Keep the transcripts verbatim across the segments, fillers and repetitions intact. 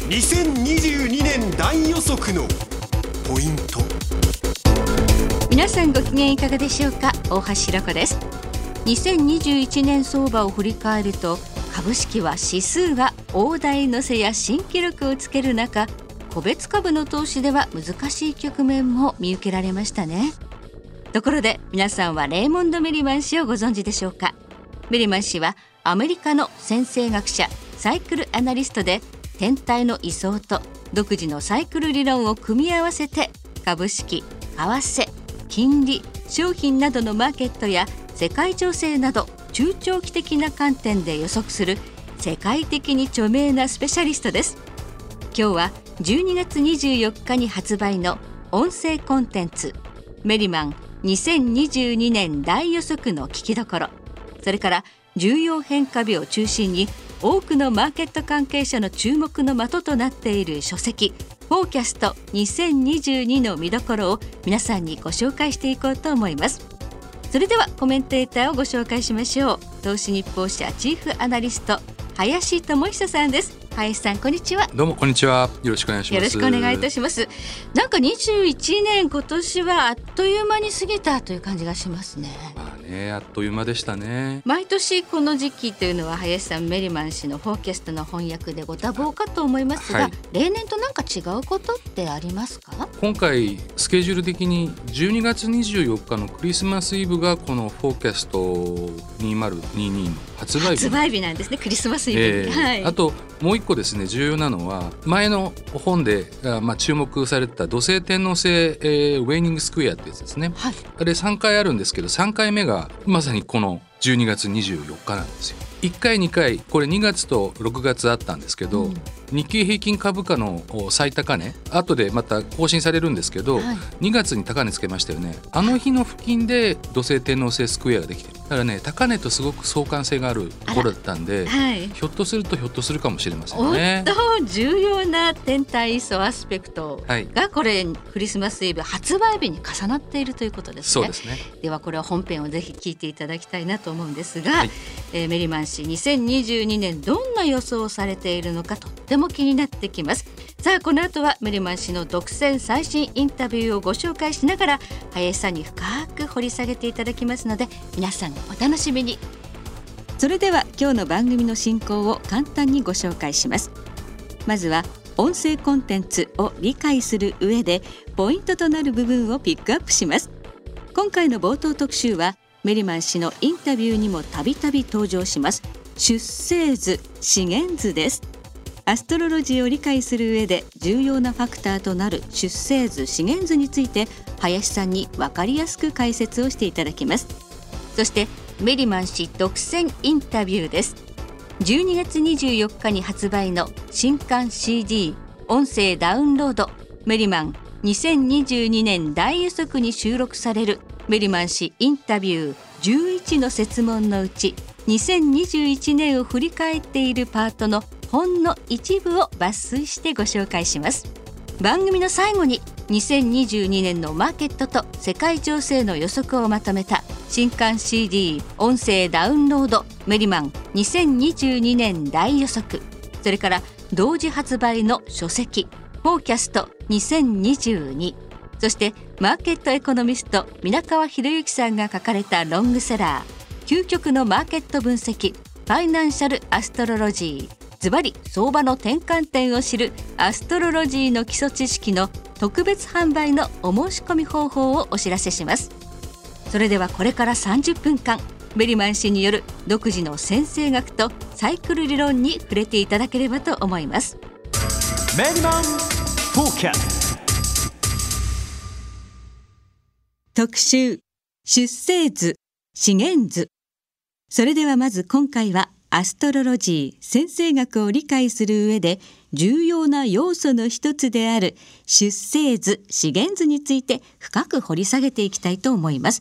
にせんにじゅうにねん大予測のポイント。 皆さんご機嫌いかがでしょうか。大橋ひろ子です。にせんにじゅういちねん相場を振り返ると、株式は指数は大台乗せや新記録をつける中、個別株の投資では難しい局面も見受けられましたね。ところで皆さんはレーモンド・メリマン氏をご存知でしょうか。メリマン氏はアメリカの先生学者、サイクルアナリストで、天体の位相と独自のサイクル理論を組み合わせて、株式、為替、金利、商品などのマーケットや世界情勢など中長期的な観点で予測する世界的に著名なスペシャリストです。今日はじゅうにがつにじゅうよっかに発売の音声コンテンツメリマンにせんにじゅうにねん大予測の聞きどころ、それから重要変化日を中心に多くのマーケット関係者の注目の的となっている書籍フォーキャストにせんにじゅうにの見どころを皆さんにご紹介していこうと思います。それではコメンテーターをご紹介しましょう。投資日報社チーフアナリスト林智久さんです。林さん、こんにちは。 どうもこんにちは。よろしくお願いします。 よろしくお願いいたします。なんかにじゅういちねん、今年はあっという間に過ぎたという感じがしますね。 まあね、あっという間でしたね。 毎年この時期というのは林さん、メリマン氏のフォーキャストの翻訳でご多忙かと思いますが、はい、例年となんか違うことってありますか？ 今回スケジュール的にじゅうにがつにじゅうよっかのクリスマスイブがこのフォーキャストにせんにじゅうにの発売日発売日なんですね。クリスマスイブ、 えーはい、 あともう一個ですね、重要なのは前の本で、まあ、注目されてた土星天王星、えー、ウェイニングスクエアってやつですね、はい、あれさんかいあるんですけど、さんかいめがまさにこのじゅうにがつにじゅうよっかなんですよ。いっかいにかいこれにがつとろくがつあったんですけど、うん、日経平均株価の最高値後でまた更新されるんですけど、はい、にがつに高値つけましたよね。あの日の付近で土星天王星スクエアができてる。だからね、高値とすごく相関性があるところだったんで、はい、ひょっとするとひょっとするかもしれませんね。 おっと、重要な天体位相アスペクトがこれ、はい、クリスマスイブ発売日に重なっているということですね。 そうですね。 ではこれは本編をぜひ聞いていただきたいなと思うんですが、はい、えー、メリマン氏にせんにじゅうにねんどんな予想をされているのかとっても気になってきます。さあ、この後はメリマン氏の独占最新インタビューをご紹介しながら、林さんに深く掘り下げていただきますので、皆さんお楽しみに。それでは今日の番組の進行を簡単にご紹介します。まずは音声コンテンツを理解する上でポイントとなる部分をピックアップします。今回の冒頭特集はメリマン氏のインタビューにもたびたび登場します出生図、資源図です。アストロロジーを理解する上で重要なファクターとなる出生図、資源図について林さんに分かりやすく解説をしていただきます。そしてメリマン氏独占インタビューです。じゅうにがつにじゅうよっかに発売の新刊 シーディー 音声ダウンロードメリマンにせんにじゅうにねん大予測に収録されるメリマン氏インタビューじゅういちの設問のうち、にせんにじゅういちねんを振り返っているパートのほんの一部を抜粋してご紹介します。番組の最後ににせんにじゅうにねんのマーケットと世界情勢の予測をまとめた新刊 シーディー 音声ダウンロードメリマンにせんにじゅうにねん大予測、それから同時発売の書籍フォーキャストにせんにじゅうに、そしてマーケットエコノミスト皆川博之さんが書かれたロングセラー究極のマーケット分析ファイナンシャルアストロロジー、ズバリ相場の転換点を知るアストロロジーの基礎知識の特別販売のお申し込み方法をお知らせします。それではこれからさんじゅっぷんかんメリマン氏による独自の先生学とサイクル理論に触れていただければと思います。 メリマンフォーキャスト特集出生図、資源図。それではまず今回はアストロロジー、先生学を理解する上で重要な要素の一つである出生図、資源図について深く掘り下げていきたいと思います。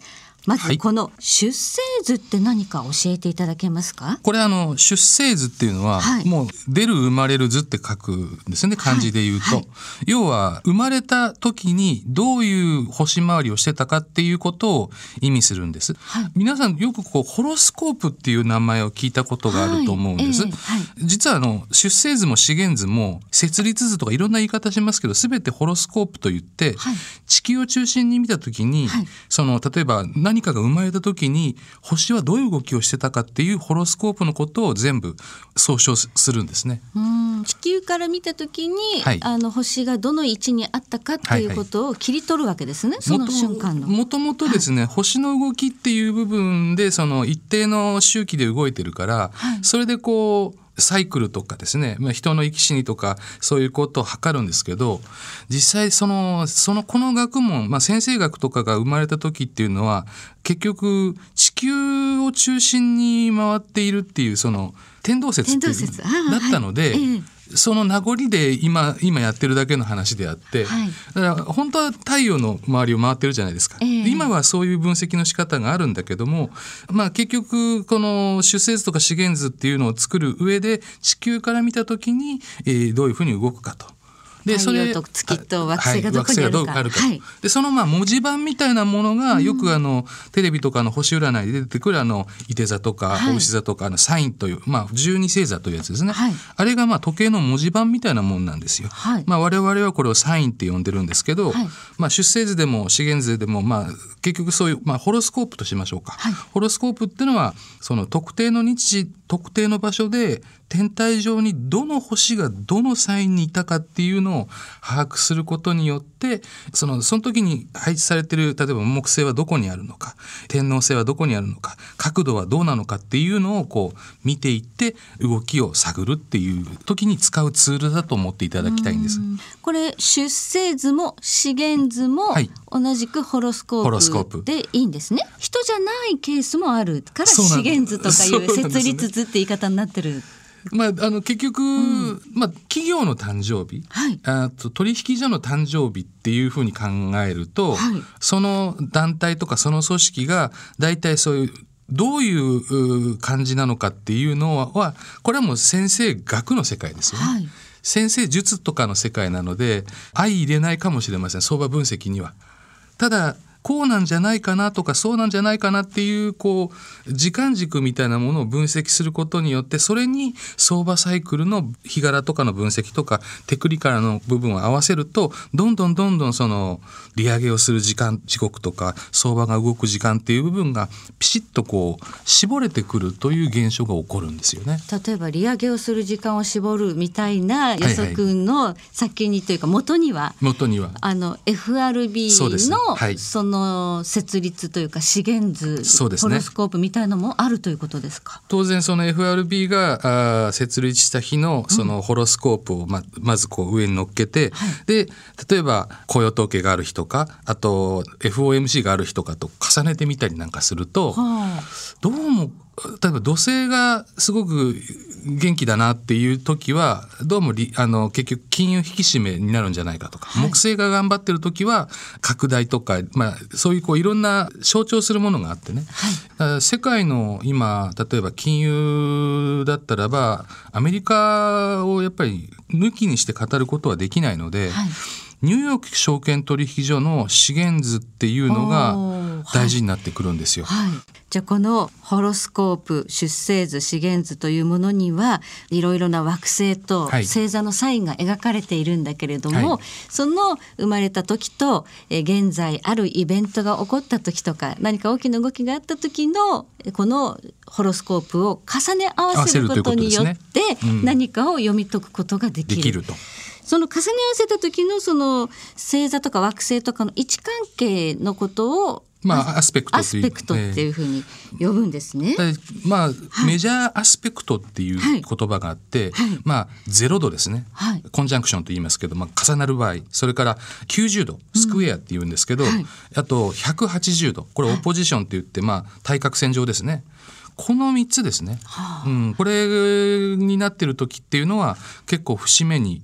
まずこの出生図って何か教えていただけますか？ これあの出生図っていうのは、はい、もう出る生まれる図って書くんですね、漢字で言うと、はいはい、要は生まれた時にどういう星回りをしてたかっていうことを意味するんです、はい、皆さんよくこうホロスコープっていう名前を聞いたことがあると思うんです、はいえーはい、実はあの出生図も資源図も設立図とかいろんな言い方しますけど、全てホロスコープといって、はい、地球を中心に見た時に、はい、その例えば何かが生まれた時に星はどういう動きをしてたかっていうホロスコープのことを全部総称するんですね。 うん、地球から見た時に、はい、あの星がどの位置にあったかっていうことを切り取るわけですね、はいはい、その瞬間の。 もともとですね、はい、星の動きっていう部分でその一定の周期で動いてるから、はい、それでこうサイクルとかですね、まあ、人の生き死にとかそういうことを測るんですけど、実際そのそのこの学問、まあ、先生学とかが生まれた時っていうのは結局地球を中心に回っているっていうその天動説っていうだったので、はいええ、その名残で今今やってるだけの話であって、はい、だから本当は太陽の周りを回ってるじゃないですか、えー、今はそういう分析の仕方があるんだけども、まあ、結局この出生図とか資源図っていうのを作る上で地球から見た時に、えー、どういうふうに動くかと。 でそれ太陽と月と惑星がどこにあるか、はい、 はい、でそのまあ文字盤みたいなものがよくあの、うん、テレビとかの星占いで出てくるあのいて座とかお牛座とかあのサインという、まあ、じゅうに星座というやつですね、はい、あれがまあ時計の文字盤みたいなもんなんですよ、はい、まあ、我々はこれをサインって呼んでるんですけど、はい、まあ、出生図でも資源図でも、まあ、結局そういう、まあ、ホロスコープとしましょうか、はい、ホロスコープっていうのはその特定の日時特定の場所で天体上にどの星がどのサインにいたかっていうのを把握することによってその、その時に配置されている例えば木星はどこにあるのか、天王星はどこにあるのか、角度はどうなのかっていうのをこう見ていって動きを探るっていう時に使うツールだと思っていただきたいんです。 これ出生図も資源図も同じくホロスコープでいいんですね。人じゃないケースもあるから資源図とかいう設立図って言い方になってる。 まあ、あの結局、うん、まあ、企業の誕生日、はい、あと取引所の誕生日っていうふうに考えると、はい、その団体とかその組織が大体そういうどういう感じなのかっていうのはこれはもう先生学の世界ですよね、はい、先生術とかの世界なので相入れないかもしれません、相場分析には。ただこうなんじゃないかなとかそうなんじゃないかなっていうこう時間軸みたいなものを分析することによってそれに相場サイクルの日柄とかの分析とかテクニカルの部分を合わせるとどんどんどんどんその利上げをする時間時刻とか相場が動く時間っていう部分がピシッとこう絞れてくるという現象が起こるんですよね。 例えば利上げをする時間を絞るみたいな予測の先にというか元には、 元にはあの エフアールビー のはい、 そのの設立というか資源図、そうですね、ホロスコープみたいなのもあるということですか。 当然その エフアールビー があ設立した日のそのホロスコープを ま, まずこう上に乗っけて、はい、で例えば雇用統計がある日とかあと エフオーエムシー がある日とかと重ねてみたりなんかすると、はあ、どうも例えば土星がすごく元気だなっていう時はどうもあの結局金融引き締めになるんじゃないかとか、はい、木星が頑張ってる時は拡大とか、まあ、そういうこういろんな象徴するものがあってね、はい、世界の今例えば金融だったらばアメリカをやっぱり抜きにして語ることはできないので、はい、ニューヨーク証券取引所の資源図っていうのが大事になってくるんですよ。 はいはい、じゃあこのホロスコープ出生図資源図というものにはいろいろな惑星と星座のサインが描かれているんだけれども、はい、その生まれた時とえ現在あるイベントが起こった時とか何か大きな動きがあった時のこのホロスコープを重ね合わせることによって何かを読み解くことができる。 できると。 その重ね合わせた時のその星座とか惑星とかの位置関係のことをまあ、アスペクトアスペクトっていうふうに呼ぶんですね。 えー、まあ、はい、メジャーアスペクトっていう言葉があって、はい、まあゼロ度ですね、はい、コンジャンクションと言いますけど、まあ、重なる場合それからきゅうじゅうどスクエアって言うんですけど、うんはい、あとひゃくはちじゅうどこれオポジションって言って、まあ、対角線上ですね。このみっつですね、はあうん、これになってる時っていうのは結構節目に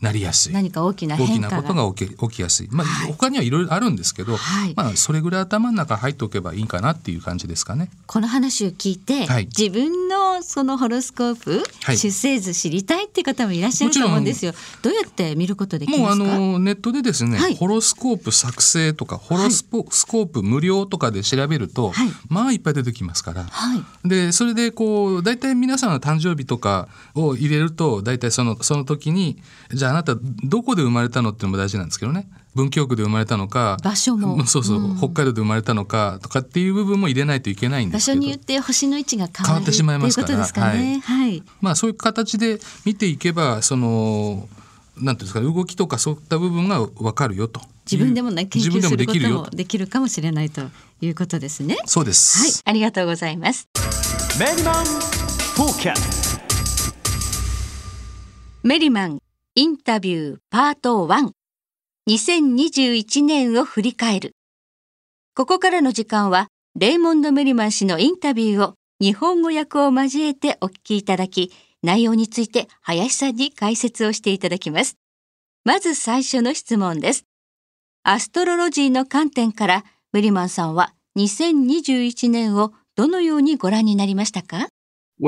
なりやすい。 何か大きな変化が大きなことが起き、起きやすい。まあ、はい、他にはいろいろあるんですけど、はい、まあ、それぐらい頭の中入っておけばいいかなっていう感じですかね。 この話を聞いて、はい、自分のそのホロスコープ、はい、出生図知りたいって方もいらっしゃると思うんですよ。どうやって見ることできますか？ もうあのネットでですね、はい、ホロスコープ作成とかホロスコープ無料とかで調べると、はい、まあいっぱい出てきますから、はい、でそれでこうだいたい皆さんの誕生日とかを入れるとだいたいそのその時にじゃああなたどこで生まれたのっていうのも大事なんですけどね。文京区で生まれたのか、 場所もそうそう、うん、北海道で生まれたのかとかっていう部分も入れないといけないんですけど、 場所によって星の位置が変わる変わってしまいますから、 ということですかね。はいはい、 まあそういう形で見ていけばそのなんていうんですか、動きとかそういった部分が分かるよと。 自分でもね研究することもできるかもしれないということですね。 そうです。 はい、ありがとうございます。 メリマンフォーキャスト。 メリマンインタビューパートワン。にせんにじゅういちねんを振り返る。ここからの時間はレイモンド・メリマン氏のインタビューを日本語訳を交えてお聞きいただき、内容について林さんに解説をしていただきます。まず最初の質問です。アストロロジーの観点からメリマンさんはにせんにじゅういちねんをどのようにご覧になりましたか？ に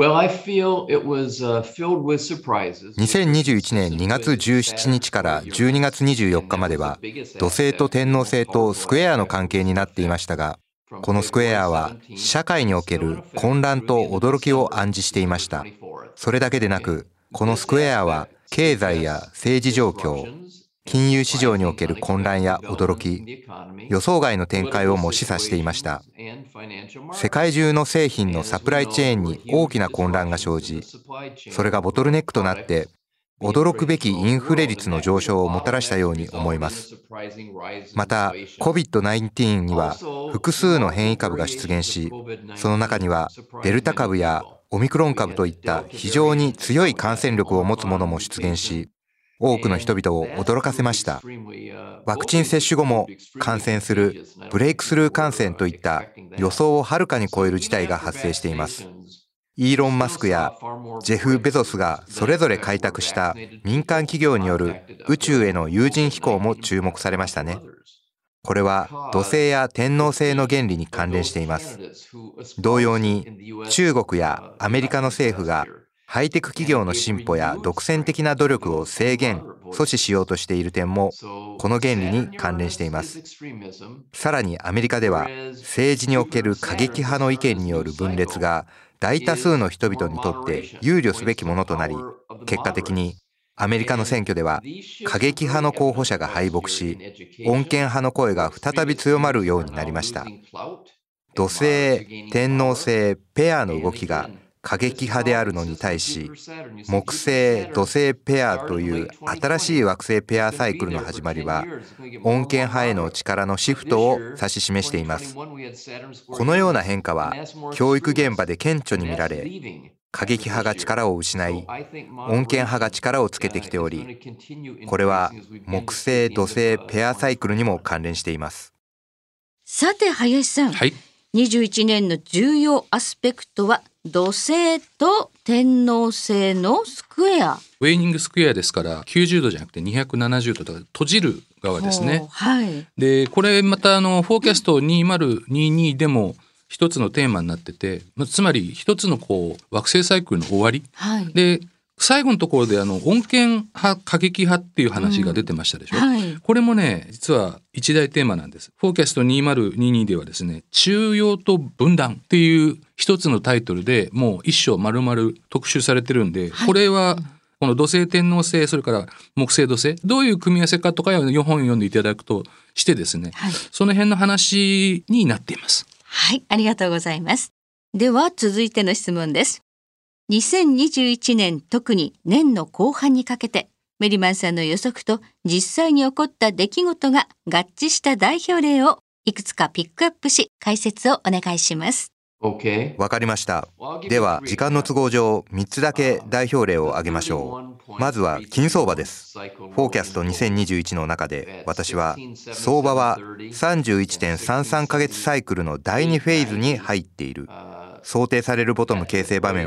せんにじゅういちねんにがつじゅうしちにちからじゅうにがつにじゅうよっかまでは土星と天王星とスクエアの関係になっていましたが、このスクエアは社会における混乱と驚きを暗示していました。それだけでなく、このスクエアは経済や政治状況、金融市場における混乱や驚き、予想外の展開をも示唆していました。世界中の製品のサプライチェーンに大きな混乱が生じ、それがボトルネックとなって驚くべきインフレ率の上昇をもたらしたように思います。また コビッドナインティーン には複数の変異株が出現し、その中にはデルタ株やオミクロン株といった非常に強い感染力を持つものも出現し、多くの人々を驚かせました。ワクチン接種後も感染するブレイクスルー感染といった予想をはるかに超える事態が発生しています。イーロン・マスクやジェフ・ベゾスがそれぞれ開拓した民間企業による宇宙への有人飛行も注目されましたね。これは土星や天王星の原理に関連しています。同様に中国やアメリカの政府がハイテク企業の進歩や独占的な努力を制限、阻止しようとしている点もこの原理に関連しています。さらにアメリカでは政治における過激派の意見による分裂が大多数の人々にとって憂慮すべきものとなり、結果的にアメリカの選挙では過激派の候補者が敗北し、穏健派の声が再び強まるようになりました。土星、天王星、ペアの動きが過激派であるのに対し、木星、土星ペアという新しい惑星ペアサイクルの始まりは、穏健派への力のシフトを指し示しています。このような変化は教育現場で顕著に見られ、過激派が力を失い、穏健派が力をつけてきており、これは木星、土星ペアサイクルにも関連しています。 さて林さん、はい、にじゅういちねんの重要アスペクトは土星と天王星のスクエア。 ウェイニングスクエアですからきゅうじゅうどじゃなくてにひゃくななじゅうどとか閉じる側ですね。 はい、 でこれまたあのフォーキャストにせんにじゅうにでも一つのテーマになってて、つまり一つのこう惑星サイクルの終わり、はい、で最後のところであの穏健派過激派っていう話が出てましたでしょ、うんはい、これもね実は一大テーマなんです。フォーキャストにせんにじゅうにではですね、中庸と分断っていう一つのタイトルでもう一章丸々特集されてるんで、はい、これはこの土星天王星それから木星土星どういう組み合わせかとかよんほん読んでいただくとしてですね、はい、その辺の話になっています。 はい、ありがとうございます。では続いての質問です。にせんにじゅういちねん、特に年の後半にかけてメリマンさんの予測と実際に起こった出来事が合致した代表例をいくつかピックアップし解説をお願いします。 わかりました。では時間の都合上みっつだけ代表例を挙げましょう。まずは金相場です。フォーキャストにせんにじゅういちの中で私は相場は さんじゅういってんさんさん ヶ月サイクルのだいにフェーズに入っている。想定されるボトム形成場面は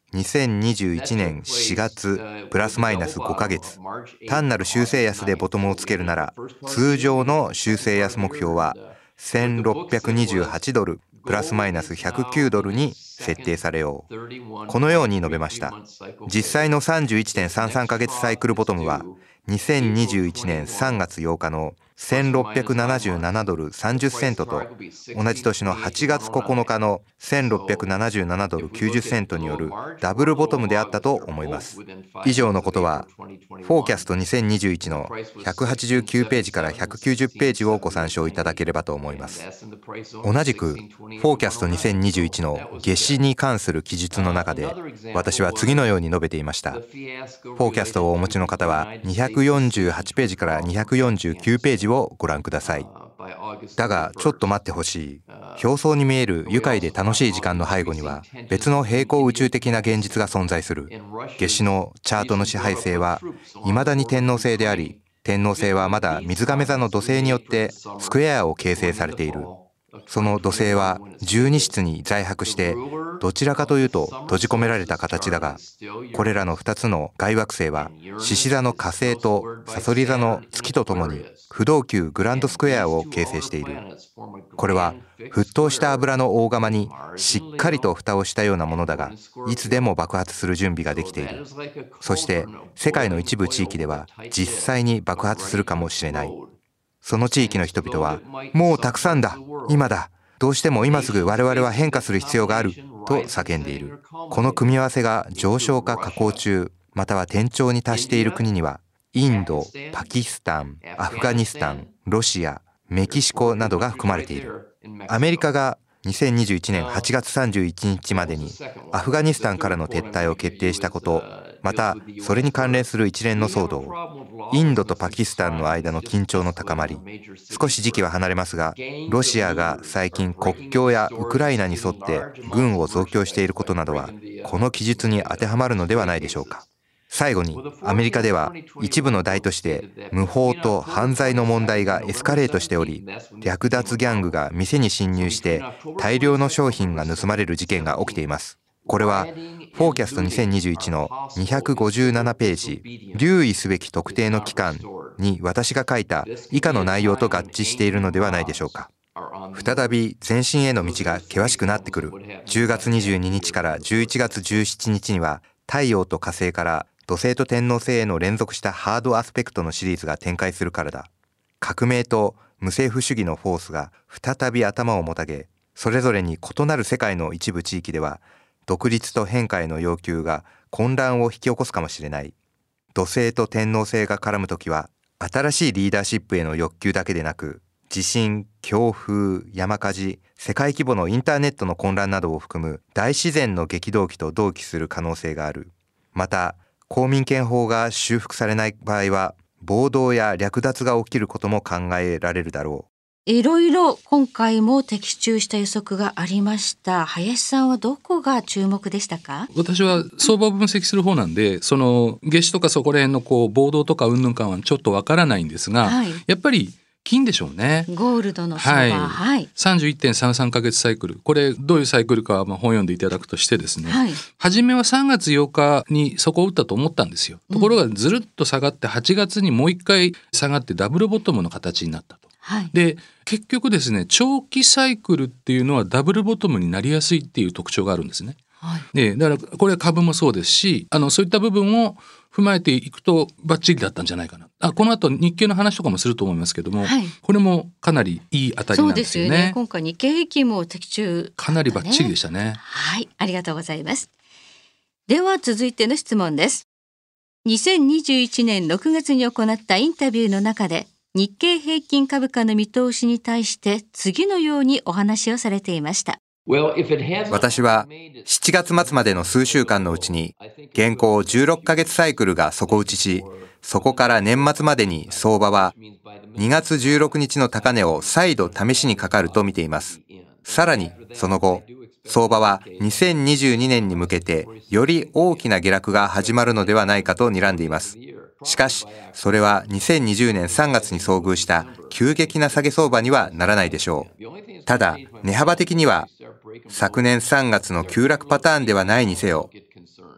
にせんにじゅういちねんしがつプラスマイナスごかげつ、単なる修正安でボトムをつけるなら、通常の修正安目標はせんろっぴゃくにじゅうはちドルプラスマイナスひゃくきゅうドルに設定されよう。このように述べました。実際の さんじゅういちてんさんさん ヶ月サイクルボトムはにせんにじゅういちねんさんがつようかのせんろっぴゃくななじゅうななドルさんじゅっセントと同じ年のはちがつここのかのせんろっぴゃくななじゅうななドルきゅうじゅっセントによるダブルボトムであったと思います。以上のことはフォーキャストにせんにじゅういちのひゃくはちじゅうきゅうページからひゃくきゅうじゅうページをご参照いただければと思います。同じくフォーキャストにせんにじゅういちの夏至に関する記述の中で私は次のように述べていました。フォーキャストをお持ちの方はにひゃくよんじゅうはちページからにひゃくよんじゅうきゅうページをご覧ください。だがちょっと待ってほしい。表層に見える愉快で楽しい時間の背後には別の平行宇宙的な現実が存在する。夏至のチャートの支配性は未だに天王星であり、天王星はまだ水亀座の土星によってスクエアを形成されている。その土星は十二室に在泊してどちらかというと閉じ込められた形だが、これらのふたつの外惑星は獅子座の火星と蠍座の月とともに不動級グランドスクエアを形成している。これは沸騰した油の大釜にしっかりと蓋をしたようなものだが、いつでも爆発する準備ができている。そして世界の一部地域では実際に爆発するかもしれない。その地域の人々はもうたくさんだ、今だ、どうしても今すぐ我々は変化する必要があると叫んでいる。この組み合わせが上昇か下降中または転調に達している国にはインド、パキスタン、アフガニスタン、ロシア、メキシコなどが含まれている。アメリカがにせんにじゅういちねんはちがつさんじゅういちにちまでにアフガニスタンからの撤退を決定したこと、またそれに関連する一連の騒動、インドとパキスタンの間の緊張の高まり、少し時期は離れますがロシアが最近国境やウクライナに沿って軍を増強していることなどはこの記述に当てはまるのではないでしょうか。最後にアメリカでは一部の大都市で無法と犯罪の問題がエスカレートしており、略奪ギャングが店に侵入して大量の商品が盗まれる事件が起きています。これはフォーキャストにせんにじゅういちのにひゃくごじゅうななページ、留意すべき特定の期間に私が書いた以下の内容と合致しているのではないでしょうか。再び前進への道が険しくなってくる。じゅうがつにじゅうににちからじゅういちがつじゅうしちにちには太陽と火星から土星と天王星への連続したハードアスペクトのシリーズが展開するからだ。革命と無政府主義のフォースが再び頭をもたげ、それぞれに異なる世界の一部地域では独立と変化への要求が混乱を引き起こすかもしれない。土星と天王星が絡むときは新しいリーダーシップへの欲求だけでなく、地震、強風、山火事、世界規模のインターネットの混乱などを含む大自然の激動期と同期する可能性がある。また公民権法が修復されない場合は暴動や略奪が起きることも考えられるだろう。いろいろ今回も的中した予測がありました。林さんはどこが注目でしたか？ 私は相場を分析する方なんで、その夏至とかそこら辺のこう暴動とか云々感はちょっとわからないんですが、はい、やっぱり金でしょうね。 ゴールドの相場、はいはい、 さんじゅういってんさんさん ヶ月サイクル、これどういうサイクルかはまあ本読んでいただくとしてですね、はい、初めはさんがつようかに底を打ったと思ったんですよ。ところがずるっと下がってはちがつにもう一回下がってダブルボトムの形になったと、はい、で結局ですね、長期サイクルっていうのはダブルボトムになりやすいっていう特徴があるんですね。はい、でだからこれは株もそうですし、あのそういった部分を踏まえていくとバッチリだったんじゃないかな。あ、この後日経の話とかもすると思いますけども、はい、これもかなりいい当たりなんですよね。 そうですよね。今回日経平均も的中、ね、 かなりバッチリでしたね。 はい、ありがとうございます。では続いての質問です。にせんにじゅういちねんろくがつに行ったインタビューの中で日経平均株価の見通しに対して次のようにお話をされていました。 私はしちがつ末までの数週間のうちに現行じゅうろっかげつサイクルが底打ちし、そこから年末までに相場はにがつじゅうろくにちの高値を再度試しにかかると見ています。さらにその後、相場はにせんにじゅうにねんに向けてより大きな下落が始まるのではないかと睨んでいます。しかしそれはにせんにじゅうねんさんがつに遭遇した急激な下げ相場にはならないでしょう。ただ値幅的には昨年さんがつの急落パターンではないにせよ、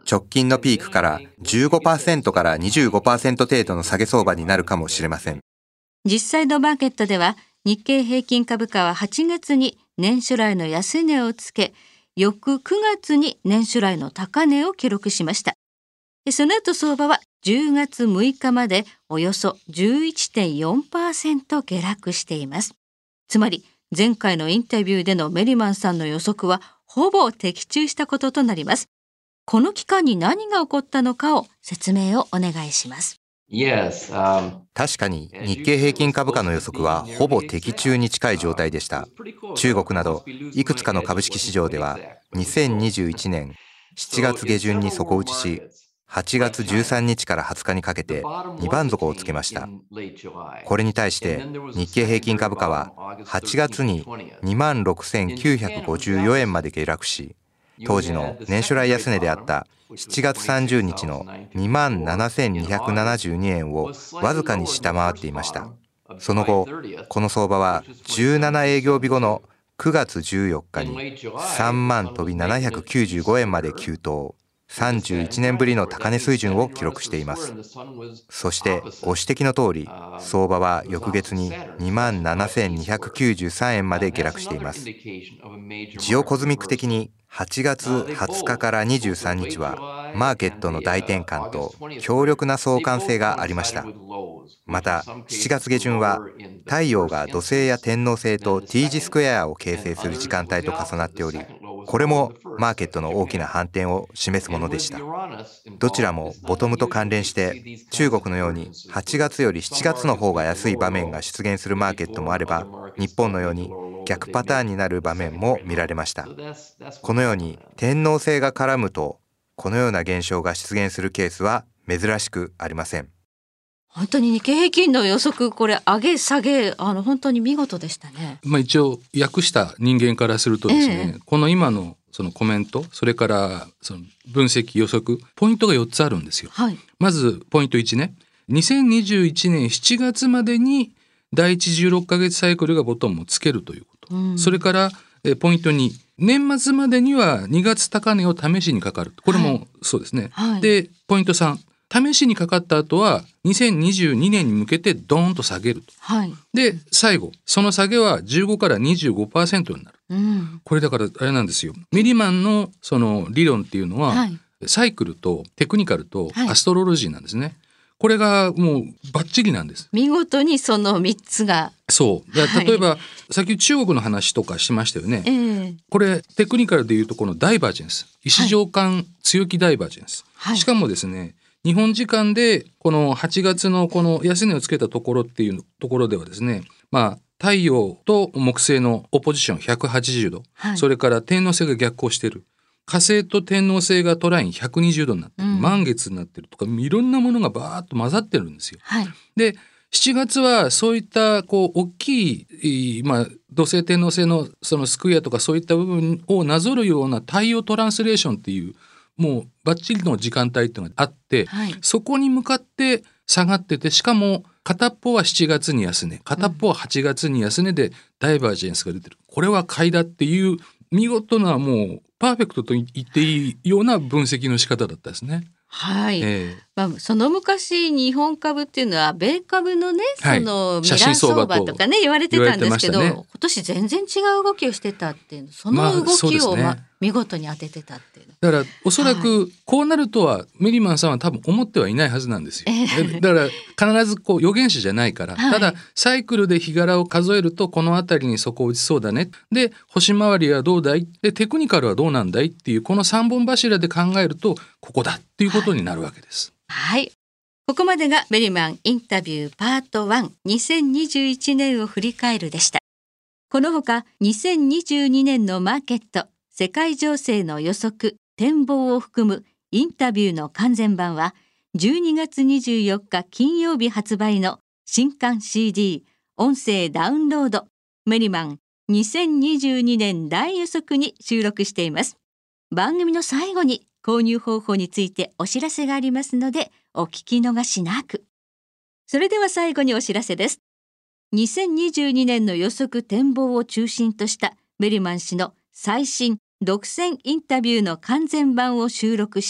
直近のピークから じゅうごパーセント から にじゅうごパーセント 程度の下げ相場になるかもしれません。 実際のマーケットでは日経平均株価ははちがつに年初来の安値をつけ、翌くがつに年初来の高値を記録しました。その後相場はじゅうがつむいかまでおよそ じゅういってんよんパーセント 下落しています。つまり前回のインタビューでのメリマンさんの予測はほぼ的中したこととなります。この期間に何が起こったのかを説明をお願いします。 Yes, um, 確かに日経平均株価の予測はほぼ的中に近い状態でした。中国などいくつかの株式市場ではにせんにじゅういちねんしちがつげじゅんに底打ちし、はちがつじゅうさんにちからはつかにかけてにばん底をつけました。これに対して日経平均株価ははちがつに にまんろくせんきゅうひゃくごじゅうよえんまで下落し、当時の年初来安値であったしちがつさんじゅうにちの にまんななせんにひゃくななじゅうにえんをわずかに下回っていました。その後、この相場はじゅうななえいぎょうびごのくがつじゅうよっかにさんまん飛びななひゃくきゅうじゅうごえんまで急騰、さんじゅういちねんぶりの高値水準を記録しています。そしてご指摘の通り、相場は翌月に にまんななせんにひゃくきゅうじゅうさんえんまで下落しています。ジオコズミック的にはちがつはつかからにじゅうさんにちはマーケットの大転換と強力な相関性がありました。またしちがつげじゅんは太陽が土星や天王星と T 字スクエアを形成する時間帯と重なっており、これもマーケットの大きな反転を示すものでした。どちらもボトムと関連して中国のようにはちがつよりしちがつの方が安い場面が出現するマーケットもあれば、日本のように逆パターンになる場面も見られました。このように天王星が絡むとこのような現象が出現するケースは珍しくありません。 本当に日経平均の予測、これ上げ下げ、あの本当に見事でしたね。 まあ、一応訳した人間からするとですね、ええ、この今のそのコメント、それからその分析予測、ポイントがよっつあるんですよ。はい、まずポイントいちね、にせんにじゅういちねんしちがつまでにだいいちじゅうろっかげつサイクルがボトムをつけるということ、うん、それからえポイントに、年末までにはにがつ高値を試しにかかる、これもそうですね。はいはい、でポイントさん、試しにかかった後はにせんにじゅうにねんに向けてドーンと下げると、はい、で最後その下げはじゅうごからにじゅうごパーセント になる、うん、これだからあれなんですよ、メリマンのその理論っていうのは、はい、サイクルとテクニカルとアストロロジーなんですね。はい、これがもうバッチリなんです。 見事にそのみっつが、 そうだから例えば、はい、さっき中国の話とかしましたよね。えー、これテクニカルでいうとこのダイバージェンス、石上間強気ダイバージェンス、はい、しかもですね、日本時間でこのはちがつのこの安値をつけたところっていうところではですね、まあ太陽と木星のオポジションひゃくはちじゅうど、はい、それから天王星が逆行してる、火星と天王星がトラインひゃくにじゅうどになってる、うん、満月になってるとか、いろんなものがバーッと混ざってるんですよ。はい、でしちがつはそういったこう大きい、まあ、土星天王星のそのスクエアとかそういった部分をなぞるような太陽トランスレーションっていうもうバッチリの時間帯っていうのがあって、はい、そこに向かって下がってて、しかも片っぽはしちがつに安値、片っぽははちがつに安値でダイバージェンスが出てる、これは買いだっていう見事な、もうパーフェクトと言っていいような分析の仕方だったですね。 はい、えーまあ、その昔日本株っていうのは米株のね、そのミラー相場とかね言われてたんですけど、ね、今年全然違う動きをしてたっていう、その動きを、まあまあ見事に当ててたっていうのだからおそらくこうなるとはメリマンさんは多分思ってはいないはずなんですよ。えー、だから必ずこう予言者じゃないから、はい、ただサイクルで日柄を数えるとこの辺りに底打ちそうだね、で星回りはどうだい、でテクニカルはどうなんだいっていう、このさんぼん柱で考えるとここだっていうことになるわけです。 はい、はい、ここまでがメリマンインタビューパートワン、にせんにじゅういちねんを振り返るでした。このほかにせんにじゅうにねんのマーケット、世界情勢の予測、展望を含むインタビューの完全版はじゅうにがつにじゅうよっか金曜日発売の新刊 シーディー 音声ダウンロードメリマンにせんにじゅうにねん大予測に収録しています。番組の最後に購入方法についてお知らせがありますのでお聞き逃しなく。それでは最後にお知らせです。にせんにじゅうにねんの予測展望を中心としたメリマン氏の最新独占インタビューの完全版を収録した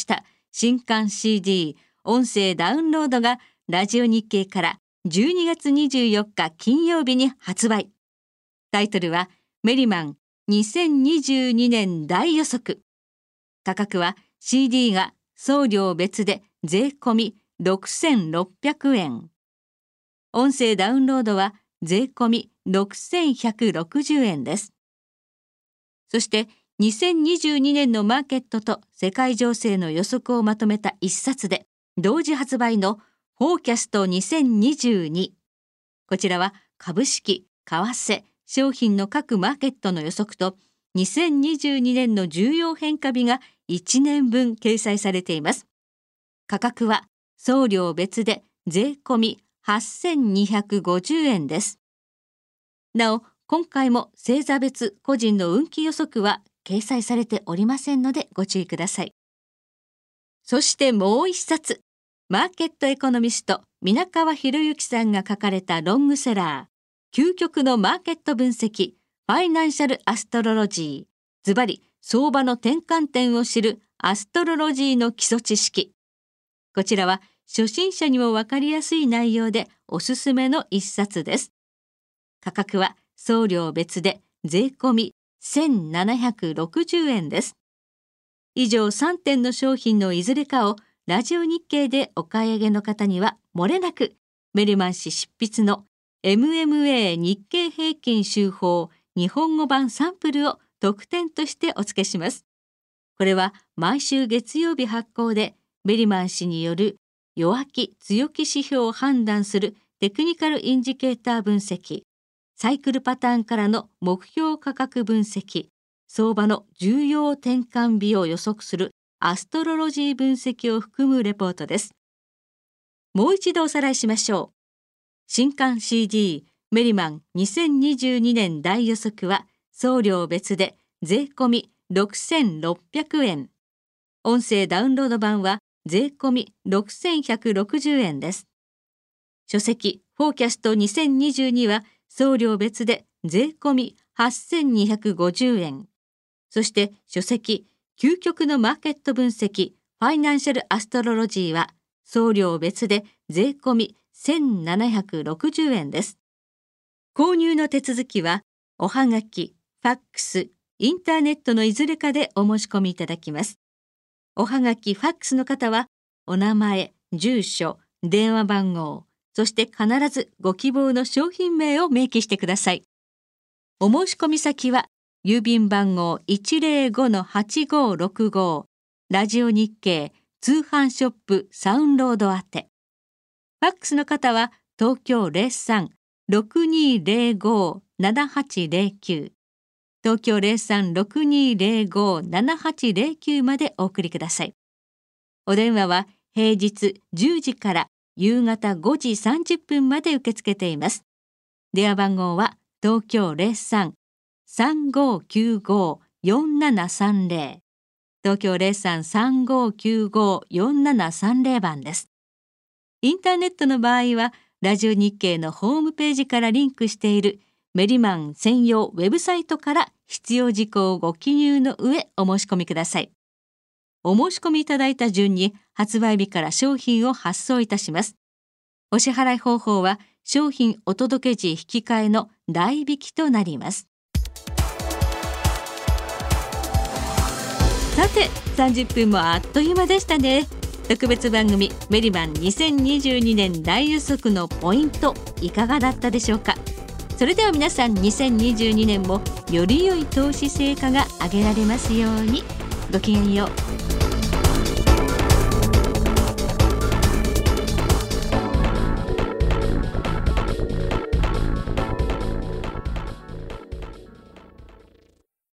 新刊 シーディー 音声ダウンロードがラジオ日経からじゅうにがつにじゅうよっか金曜日に発売。タイトルはメリマンにせんにじゅうにねん大予測。価格は シーディー が送料別で税込みろくせんろっぴゃくえん。音声ダウンロードは税込みろくせんひゃくろくじゅうえんです。そしてにせんにじゅうにねんのマーケットと世界情勢の予測をまとめた一冊で同時発売のフォーキャストにせんにじゅうに。こちらは株式、為替、商品の各マーケットの予測とにせんにじゅうにねんの重要変化日がいちねんぶん掲載されています。価格は送料別で税込みはっせんにひゃくごじゅうえんです。なお、今回も星座別個人の運気予測は掲載されておりませんのでご注意ください。そしてもう一冊、マーケットエコノミスト皆川博之さんが書かれたロングセラー、究極のマーケット分析、ファイナンシャルアストロロジー、ズバリ相場の転換点を知るアストロロジーの基礎知識。こちらは初心者にもわかりやすい内容でおすすめの一冊です。価格は送料別で税込みせんななひゃくろくじゅうえんです。以上さんてんの商品のいずれかをラジオ日経でお買い上げの方には漏れなくメルマン氏執筆の エムエムエー 日経平均週報日本語版サンプルを特典としてお付けします。これは毎週月曜日発行でメリマン氏による弱気強気指標を判断するテクニカルインジケーター分析、サイクルパターンからの目標価格分析、相場の重要転換日を予測するアストロロジー分析を含むレポートです。もう一度おさらいしましょう。新刊 シーディー メリマンにせんにじゅうにねん大予測は送料別で税込みろくせんろっぴゃくえん。音声ダウンロード版は税込みろくせんひゃくろくじゅうえんです。書籍フォーキャストにせんにじゅうには送料別で税込みはっせんにひゃくごじゅうえん。そして書籍究極のマーケット分析ファイナンシャルアストロロジーは送料別で税込みせんななひゃくろくじゅうえんです。購入の手続きはおはがき、ファックス、インターネットのいずれかでお申し込みいただきます。おはがき、ファックスの方はお名前、住所、電話番号、そして必ずご希望の商品名を明記してください。お申し込み先は郵便番号 いちぜろごのはちごろくご ラジオ日経通販ショップサウンロード宛て。ファックスの方は東京 ゼロさん ろくにゼロご ななはちゼロきゅう 東京 ゼロさん ろくにゼロご ななはちゼロきゅうまでお送りください。お電話は平日じゅうじから夕方ごじさんじゅっぷんまで受け付けています。電話番号は東京 ゼロさん さんごきゅうご よんななさんゼロ 東京 ゼロさん さんごきゅうご よんななさんゼロ 番です。インターネットの場合はラジオ日経のホームページからリンクしているメリマン専用ウェブサイトから必要事項をご記入の上お申し込みください。お申し込みいただいた順に発売日から商品を発送いたします。お支払い方法は商品お届け時引き換えの代引きとなります。さてさんじゅっぷんもあっという間でしたね。特別番組メリマンにせんにじゅうにねん大予測のポイントいかがだったでしょうか。それでは皆さんにせんにじゅうにねんもより良い投資成果が上げられますように。ごきげんよう。